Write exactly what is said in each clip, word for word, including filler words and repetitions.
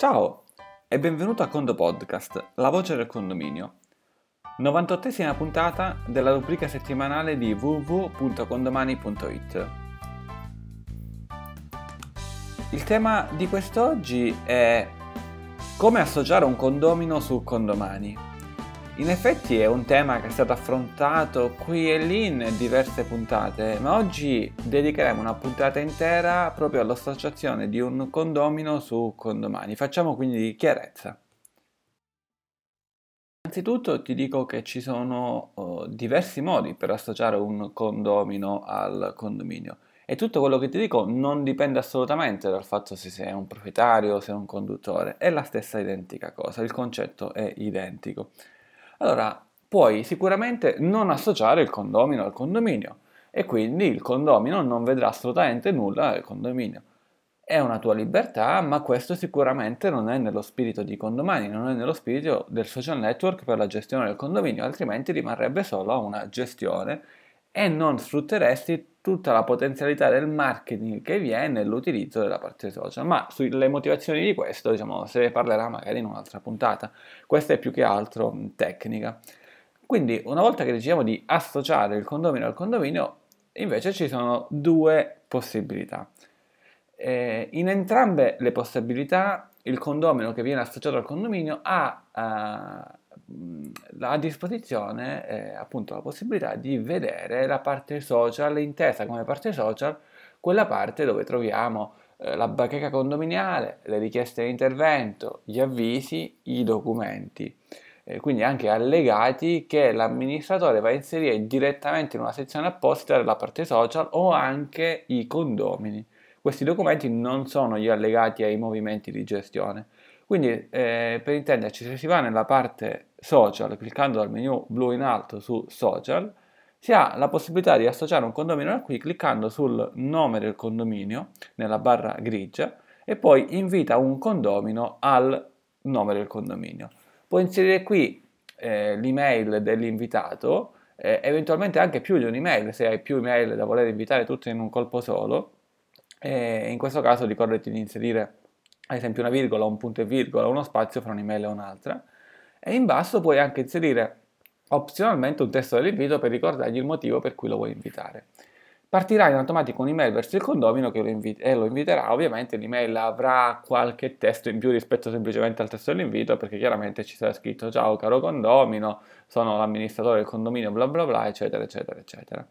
Ciao e benvenuto a Condo Podcast, la voce del condominio. novantottesima puntata della rubrica settimanale di w w w punto condomani punto i t. Il tema di quest'oggi è come associare un condomino su Condomani. In effetti è un tema che è stato affrontato qui e lì in diverse puntate, ma oggi dedicheremo una puntata intera proprio all'associazione di un condomino su Condomani. Facciamo quindi chiarezza. Innanzitutto ti dico che ci sono uh, diversi modi per associare un condomino al condominio e tutto quello che ti dico non dipende assolutamente dal fatto se sei un proprietario o se sei un conduttore, è la stessa identica cosa, il concetto è identico. Allora, puoi sicuramente non associare il condomino al condominio e quindi il condomino non vedrà assolutamente nulla del condominio. È una tua libertà, ma questo sicuramente non è nello spirito di Condomani, non è nello spirito del social network per la gestione del condominio, altrimenti rimarrebbe solo una gestione e non sfrutteresti tutta la potenzialità del marketing che viene nell'utilizzo della parte social. Ma sulle motivazioni di questo, diciamo, se ne parlerà magari in un'altra puntata. Questa è più che altro mh, tecnica. Quindi, una volta che decidiamo di associare il condominio al condominio, invece ci sono due possibilità. Eh, in entrambe le possibilità, il condomino che viene associato al condominio ha eh, a disposizione eh, appunto la possibilità di vedere la parte social, intesa come parte social, quella parte dove troviamo eh, la bacheca condominiale, le richieste di intervento, gli avvisi, i documenti. Eh, quindi anche allegati che l'amministratore va a inserire direttamente in una sezione apposita della parte social o anche i condomini. Questi documenti non sono gli allegati ai movimenti di gestione. Quindi, eh, per intenderci, se si va nella parte social, cliccando dal menu blu in alto su social, si ha la possibilità di associare un condominio da qui cliccando sul nome del condominio, nella barra grigia, e poi invita un condomino al nome del condominio. Puoi inserire qui eh, l'email dell'invitato, eh, eventualmente anche più di un'email, se hai più email da voler invitare tutte in un colpo solo. E in questo caso ricordati di inserire ad esempio una virgola, un punto e virgola, uno spazio fra un'email e un'altra. E in basso puoi anche inserire opzionalmente un testo dell'invito per ricordargli il motivo per cui lo vuoi invitare. Partirà in automatico un'email verso il condomino che lo invi- e lo inviterà. Ovviamente l'email avrà qualche testo in più rispetto semplicemente al testo dell'invito, perché chiaramente ci sarà scritto ciao caro condomino, sono l'amministratore del condominio bla bla bla, eccetera eccetera eccetera.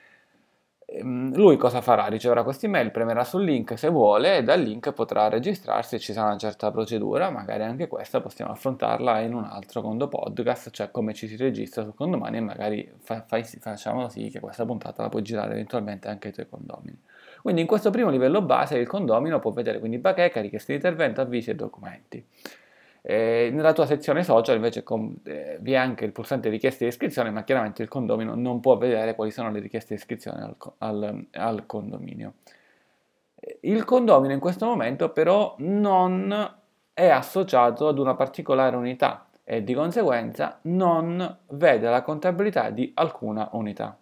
Lui cosa farà? Riceverà questa email, premerà sul link se vuole e dal link potrà registrarsi e ci sarà una certa procedura, magari anche questa possiamo affrontarla in un altro Condo Podcast, cioè come ci si registra su Condomani e magari fa, fa, facciamo sì che questa puntata la puoi girare eventualmente anche ai tuoi condomini. Quindi in questo primo livello base il condomino può vedere quindi bacheca, richieste di intervento, avvisi e documenti. Eh, nella tua sezione social invece com- eh, vi è anche il pulsante richieste di iscrizione, ma chiaramente il condomino non può vedere quali sono le richieste di iscrizione al, co- al, al condominio. Il condomino in questo momento però non è associato ad una particolare unità e di conseguenza non vede la contabilità di alcuna unità.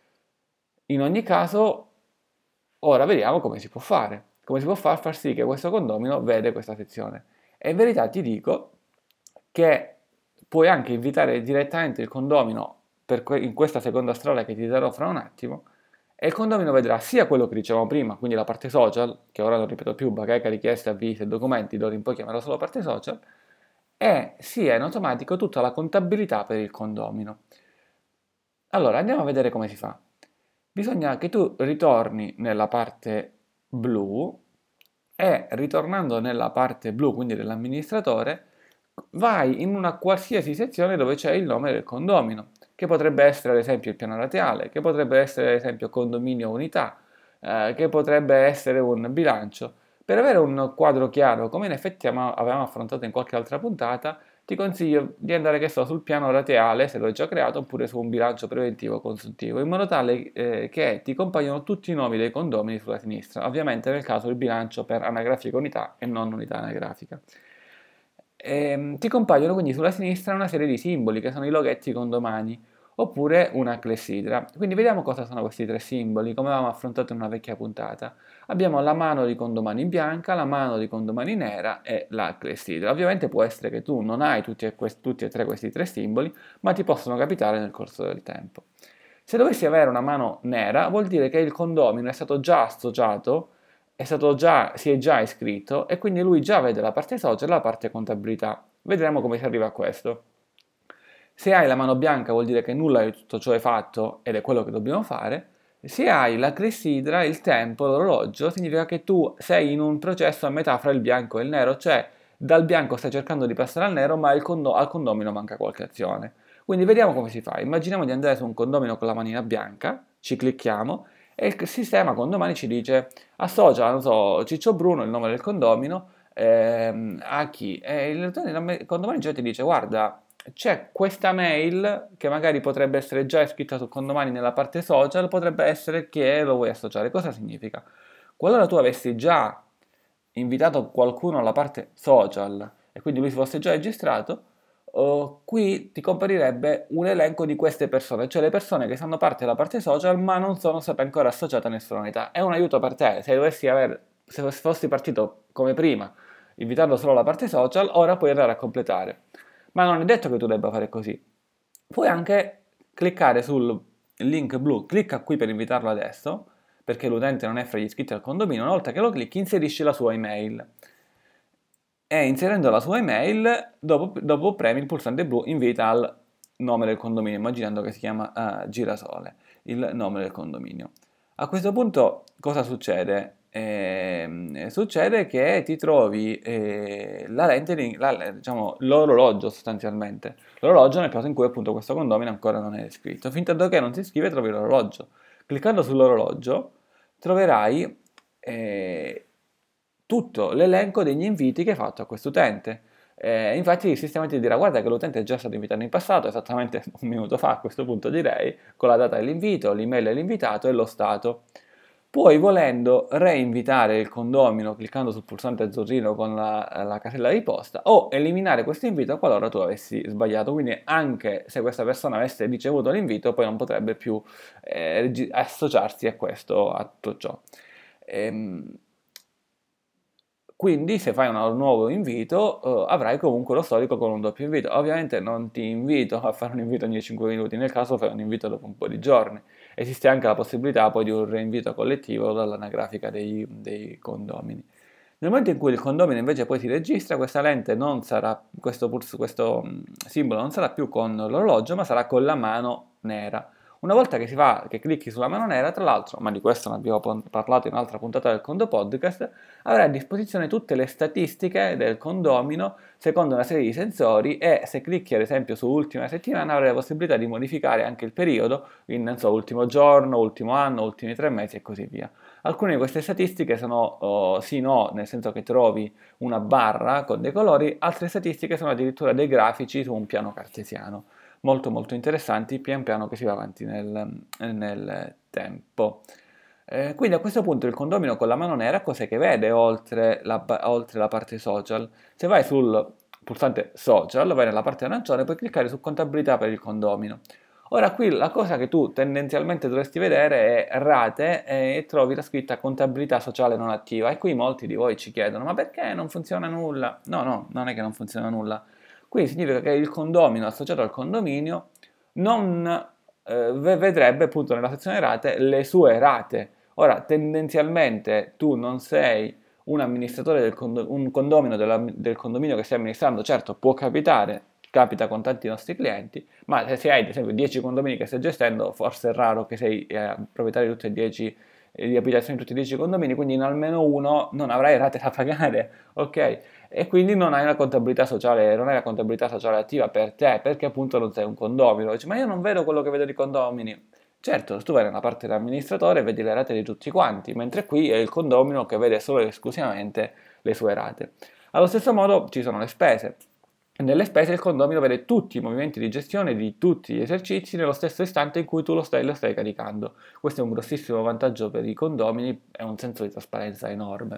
In ogni caso, ora vediamo come si può fare. Come si può far, far sì che questo condomino vede questa sezione. E in verità ti dico che puoi anche invitare direttamente il condomino per que- in questa seconda strada che ti darò fra un attimo e il condomino vedrà sia quello che dicevamo prima, quindi la parte social, che ora non ripeto più, bacheca, richieste, avvisi e documenti, d'ora in poi chiamerò solo parte social, e sia in automatico tutta la contabilità per il condomino. Allora, andiamo a vedere come si fa. Bisogna che tu ritorni nella parte blu e ritornando nella parte blu, quindi dell'amministratore, vai in una qualsiasi sezione dove c'è il nome del condomino, che potrebbe essere ad esempio il piano rateale, che potrebbe essere ad esempio condominio unità, eh, che potrebbe essere un bilancio. Per avere un quadro chiaro, come in effetti avevamo affrontato in qualche altra puntata, ti consiglio di andare che so, sul piano rateale, se lo hai già creato, oppure su un bilancio preventivo o consuntivo, in modo tale eh, che ti compaiono tutti i nomi dei condomini sulla sinistra, ovviamente nel caso il bilancio per anagrafica unità e non unità anagrafica. E, ti compaiono quindi sulla sinistra una serie di simboli che sono i loghetti condomani. oppure una clessidra. Quindi vediamo cosa sono questi tre simboli, come avevamo affrontato in una vecchia puntata. Abbiamo la mano di condomani bianca, la mano di condomani nera e la clessidra. Ovviamente può essere che tu non hai tutti e, questi, tutti e tre questi tre simboli, ma ti possono capitare nel corso del tempo. Se dovessi avere una mano nera, vuol dire che il condomino è stato già associato, è stato già, si è già iscritto e quindi lui già vede la parte social e la parte contabilità. Vedremo come si arriva a questo. Se hai la mano bianca vuol dire che nulla di tutto ciò è fatto ed è quello che dobbiamo fare. Se hai la clessidra, il tempo, l'orologio, significa che tu sei in un processo a metà fra il bianco e il nero, cioè dal bianco stai cercando di passare al nero, ma condo- al condomino manca qualche azione. Quindi vediamo come si fa. Immaginiamo di andare su un condomino con la manina bianca, ci clicchiamo e il sistema condomani ci dice associa, non so, Ciccio Bruno, il nome del condomino, ehm, a chi? E il condomani già ti dice guarda, c'è questa mail che magari potrebbe essere già iscritta su Condomani nella parte social, potrebbe essere che lo vuoi associare. Cosa significa? Qualora tu avessi già invitato qualcuno alla parte social e quindi lui si fosse già registrato, oh, qui ti comparirebbe un elenco di queste persone, cioè le persone che fanno parte della parte social ma non sono state ancora associate a nessuna unità. È un aiuto per te, se dovessi aver, se fossi partito come prima, invitando solo la parte social, ora puoi andare a completare. Ma non è detto che tu debba fare così. Puoi anche cliccare sul link blu, clicca qui per invitarlo adesso, perché l'utente non è fra gli iscritti al condominio, una volta che lo clicchi inserisci la sua email. E inserendo la sua email, dopo, dopo premi il pulsante blu, invita al nome del condominio, immaginando che si chiama uh, Girasole, il nome del condominio. A questo punto cosa succede? Eh, succede che ti trovi eh, la lente, la, diciamo, l'orologio sostanzialmente, l'orologio nel caso in cui appunto questo condomino ancora non è iscritto. Fin tanto che non si iscrive trovi l'orologio. Cliccando sull'orologio troverai eh, tutto l'elenco degli inviti che hai fatto a questo utente. Eh, infatti il sistema ti dirà guarda che l'utente è già stato invitato in passato, esattamente un minuto fa a questo punto direi, con la data dell'invito, l'email dell'invitato e lo stato. Puoi volendo reinvitare il condomino cliccando sul pulsante azzurrino con la, la casella di posta o eliminare questo invito qualora tu avessi sbagliato, quindi anche se questa persona avesse ricevuto l'invito poi non potrebbe più eh, associarsi a questo, a tutto ciò. Ehm, quindi se fai un nuovo invito eh, avrai comunque lo storico con un doppio invito. Ovviamente non ti invito a fare un invito ogni cinque minuti, nel caso fai un invito dopo un po' di giorni. Esiste anche la possibilità poi di un reinvito collettivo dall'anagrafica dei, dei condomini. Nel momento in cui il condomino invece poi si registra, questa lente non sarà, questo, pulso, questo mm, simbolo non sarà più con l'orologio, ma sarà con la mano nera. Una volta che si fa, che clicchi sulla mano nera, tra l'altro, ma di questo ne abbiamo parlato in un'altra puntata del Condo Podcast, avrai a disposizione tutte le statistiche del condomino secondo una serie di sensori e se clicchi ad esempio su ultima settimana avrai la possibilità di modificare anche il periodo in, non so, ultimo giorno, ultimo anno, ultimi tre mesi e così via. Alcune di queste statistiche sono oh, sì no, nel senso che trovi una barra con dei colori, altre statistiche sono addirittura dei grafici su un piano cartesiano molto molto interessanti pian piano che si va avanti nel, nel tempo. Eh, quindi a questo punto il condomino con la mano nera cos'è che vede oltre la, oltre la parte social? Se vai sul pulsante social, vai nella parte arancione, puoi cliccare su contabilità per il condomino. Ora qui la cosa che tu tendenzialmente dovresti vedere è rate e trovi la scritta contabilità sociale non attiva e qui molti di voi ci chiedono ma perché non funziona nulla? No, no, non è che non funziona nulla. Quindi significa che il condomino associato al condominio non eh, vedrebbe appunto nella sezione rate le sue rate. Ora, tendenzialmente tu non sei un amministratore del condo- un condomino della- del condominio che stai amministrando, certo può capitare, capita con tanti nostri clienti, ma se hai ad esempio dieci condomini che stai gestendo, forse è raro che sei eh, proprietario di tutti e dieci eh, di abitazioni in tutti e dieci condomini, quindi in almeno uno non avrai rate da pagare, ok? E quindi non hai una contabilità sociale, non hai la contabilità sociale attiva per te, perché appunto non sei un condomino. Dici, ma io non vedo quello che vedo i condomini. Certo, tu vai nella parte dell'amministratore e vedi le rate di tutti quanti, mentre qui è il condomino che vede solo ed esclusivamente le sue rate. Allo stesso modo ci sono le spese. Nelle spese il condomino vede tutti i movimenti di gestione di tutti gli esercizi nello stesso istante in cui tu lo stai, lo stai caricando. Questo è un grossissimo vantaggio per i condomini, è un senso di trasparenza enorme.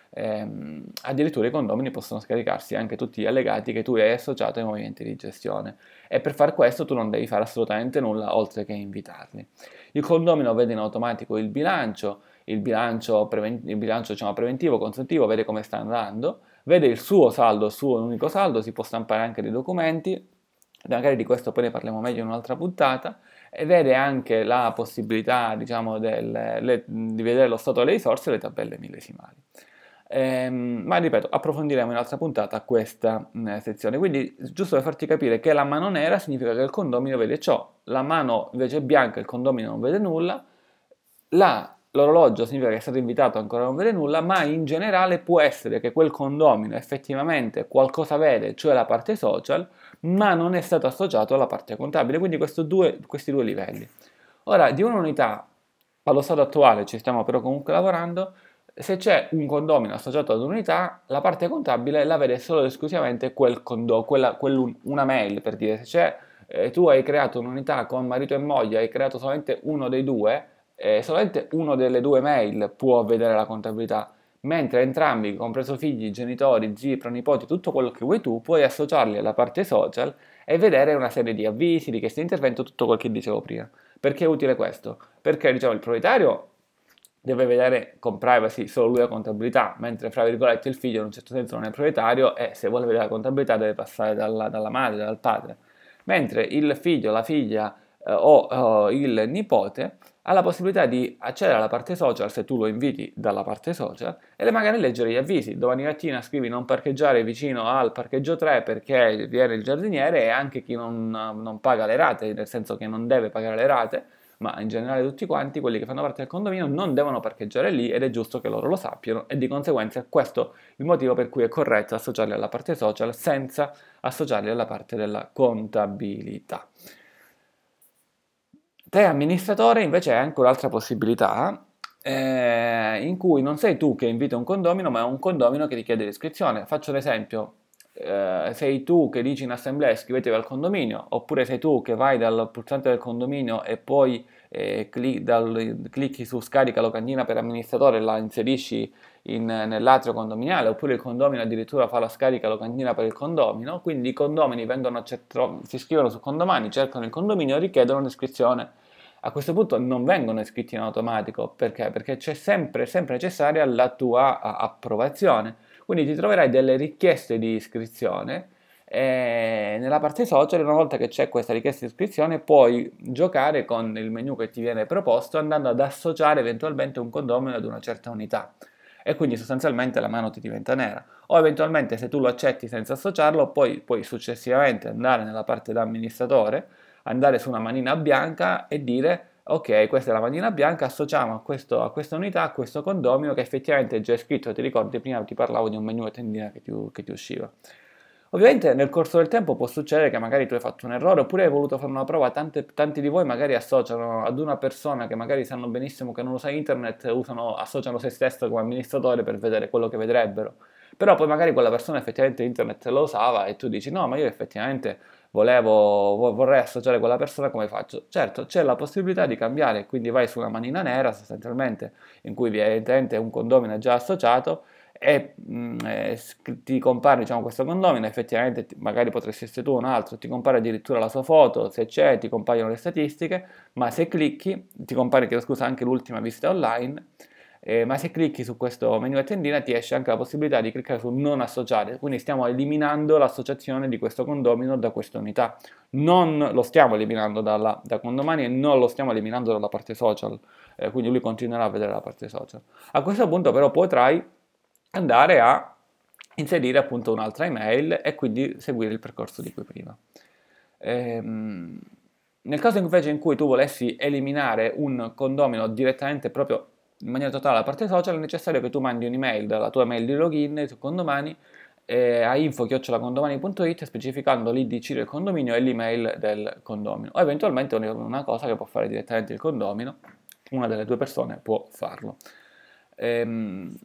ehm, addirittura i condomini possono scaricarsi anche tutti gli allegati che tu hai associato ai movimenti di gestione e per far questo tu non devi fare assolutamente nulla oltre che invitarli. Il condomino vede in automatico il bilancio, il bilancio, preven- il bilancio diciamo, preventivo, consuntivo, vede come sta andando, vede il suo saldo, il suo unico saldo, si può stampare anche dei documenti, magari di questo poi ne parliamo meglio in un'altra puntata, e vede anche la possibilità, diciamo, del, le- di vedere lo stato delle risorse e le tabelle millesimali. Ehm, ma ripeto, approfondiremo in un'altra puntata questa mh, sezione. Quindi, giusto per farti capire che la mano nera significa che il condomino vede ciò, la mano invece bianca, il condomino non vede nulla, la- l'orologio significa che è stato invitato, ancora non vede nulla, ma in generale può essere che quel condomino effettivamente qualcosa vede, cioè la parte social, ma non è stato associato alla parte contabile, quindi due, questi due livelli. Ora, di un'unità, allo stato attuale ci stiamo però comunque lavorando, se c'è un condomino associato ad un'unità, la parte contabile la vede solo ed esclusivamente quel condo, quella, quell'un- una mail, per dire, se c'è, eh, tu hai creato un'unità con marito e moglie, hai creato solamente uno dei due, eh, solamente uno delle due mail può vedere la contabilità, mentre entrambi, compreso figli, genitori, zii, pronipoti, tutto quello che vuoi tu, puoi associarli alla parte social e vedere una serie di avvisi, richieste di intervento, tutto quel che dicevo prima. Perché è utile questo? Perché diciamo il proprietario deve vedere con privacy solo lui la contabilità, mentre fra virgolette il figlio in un certo senso non è proprietario e se vuole vedere la contabilità deve passare dalla, dalla madre, dal padre. Mentre il figlio, la figlia eh, o, o il nipote ha la possibilità di accedere alla parte social se tu lo inviti dalla parte social e magari leggere gli avvisi. Domani mattina scrivi non parcheggiare vicino al parcheggio tre perché viene il giardiniere e anche chi non, non paga le rate, nel senso che non deve pagare le rate, ma in generale tutti quanti, quelli che fanno parte del condominio, non devono parcheggiare lì ed è giusto che loro lo sappiano e di conseguenza questo è il motivo per cui è corretto associarli alla parte social senza associarli alla parte della contabilità. Te amministratore invece hai anche un'altra possibilità eh, in cui non sei tu che invita un condomino, ma è un condomino che ti chiede l'iscrizione. Faccio l'esempio, eh, sei tu che dici in assemblea iscrivetevi al condominio, oppure sei tu che vai dal pulsante del condominio e poi eh, cli- dal- clicchi su scarica locandina per amministratore e la inserisci in- nell'atrio condominiale, oppure il condomino addirittura fa la scarica locandina per il condomino, quindi i condomini vengono accett- si iscrivono su condomani, cercano il condominio e richiedono un'iscrizione. A questo punto non vengono iscritti in automatico, perché? Perché c'è sempre, sempre necessaria la tua a- approvazione. Quindi ti troverai delle richieste di iscrizione e nella parte social, una volta che c'è questa richiesta di iscrizione, puoi giocare con il menu che ti viene proposto andando ad associare eventualmente un condomino ad una certa unità. E quindi sostanzialmente la mano ti diventa nera. O eventualmente se tu lo accetti senza associarlo, poi puoi successivamente andare nella parte da amministratore, andare su una manina bianca e dire ok, questa è la manina bianca, associamo a, questo, a questa unità, a questo condomino che effettivamente è già iscritto, ti ricordi prima ti parlavo di un menu a tendina che ti, che ti usciva. Ovviamente nel corso del tempo può succedere che magari tu hai fatto un errore oppure hai voluto fare una prova, tante- tanti di voi magari associano ad una persona che magari sanno benissimo che non usa internet, usano, associano se stesso come amministratore per vedere quello che vedrebbero. Però poi magari quella persona effettivamente internet lo usava e tu dici no, ma io effettivamente volevo, vo- vorrei associare quella persona, come faccio? Certo, c'è la possibilità di cambiare, quindi vai su una manina nera sostanzialmente in cui evidentemente un condomino è già associato e mh, eh, sc- ti compare diciamo, questo condomino, effettivamente ti- magari potresti essere tu o un altro, ti compare addirittura la sua foto, se c'è, ti compaiono le statistiche, ma se clicchi, ti compare, chiedo scusa, anche l'ultima visita online, eh, ma se clicchi su questo menu a tendina ti esce anche la possibilità di cliccare su non associare, quindi stiamo eliminando l'associazione di questo condomino da questa unità. Non lo stiamo eliminando dalla, da condomani e non lo stiamo eliminando dalla parte social, eh, quindi lui continuerà a vedere la parte social. A questo punto però potrai andare a inserire appunto un'altra email e quindi seguire il percorso di cui prima. Ehm, nel caso invece in cui tu volessi eliminare un condomino direttamente proprio in maniera totale dalla parte social, è necessario che tu mandi un'email dalla tua mail di login su condomani eh, a info chiocciola condomani punto it specificando l'I D C del condominio e l'email del condomino o eventualmente una cosa che può fare direttamente il condomino, una delle due persone può farlo. Ehm,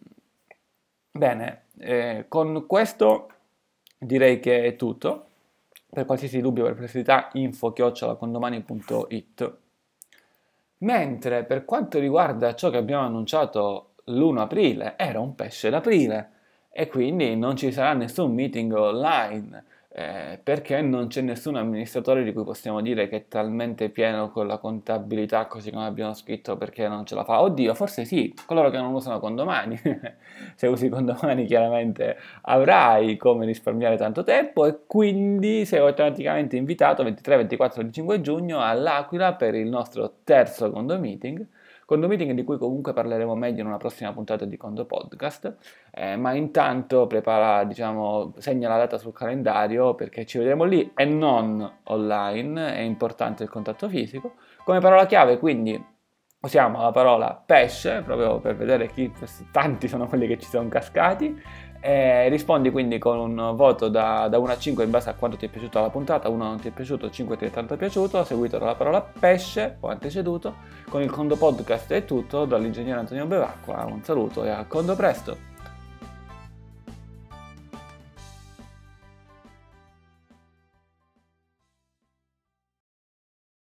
Bene, eh, con questo direi che è tutto. Per qualsiasi dubbio o perplessità, info chiocciola condomani punto it. Mentre per quanto riguarda ciò che abbiamo annunciato l'primo aprile, era un pesce d'aprile e quindi non ci sarà nessun meeting online. Eh, perché non c'è nessun amministratore di cui possiamo dire che è talmente pieno con la contabilità, così come abbiamo scritto, perché non ce la fa. Oddio, forse sì, coloro che non usano condomani. Se usi condomani chiaramente avrai come risparmiare tanto tempo e quindi sei automaticamente invitato ventitré, ventiquattro e venticinque giugno all'Aquila per il nostro terzo condo meeting. Condo meeting di cui comunque parleremo meglio in una prossima puntata di Condo Podcast. Eh, ma intanto prepara, diciamo, segna la data sul calendario perché ci vedremo lì e non online, è importante il contatto fisico. Come parola chiave quindi usiamo la parola pesce, proprio per vedere chi, tanti sono quelli che ci sono cascati. Eh, rispondi quindi con un voto da, da uno a cinque in base a quanto ti è piaciuta la puntata, uno non ti è piaciuto, cinque ti è tanto piaciuto, seguito dalla parola pesce o anteceduto. Con il Condo Podcast è tutto, dall'ingegnere Antonio Bevacqua, un saluto e a Condo presto!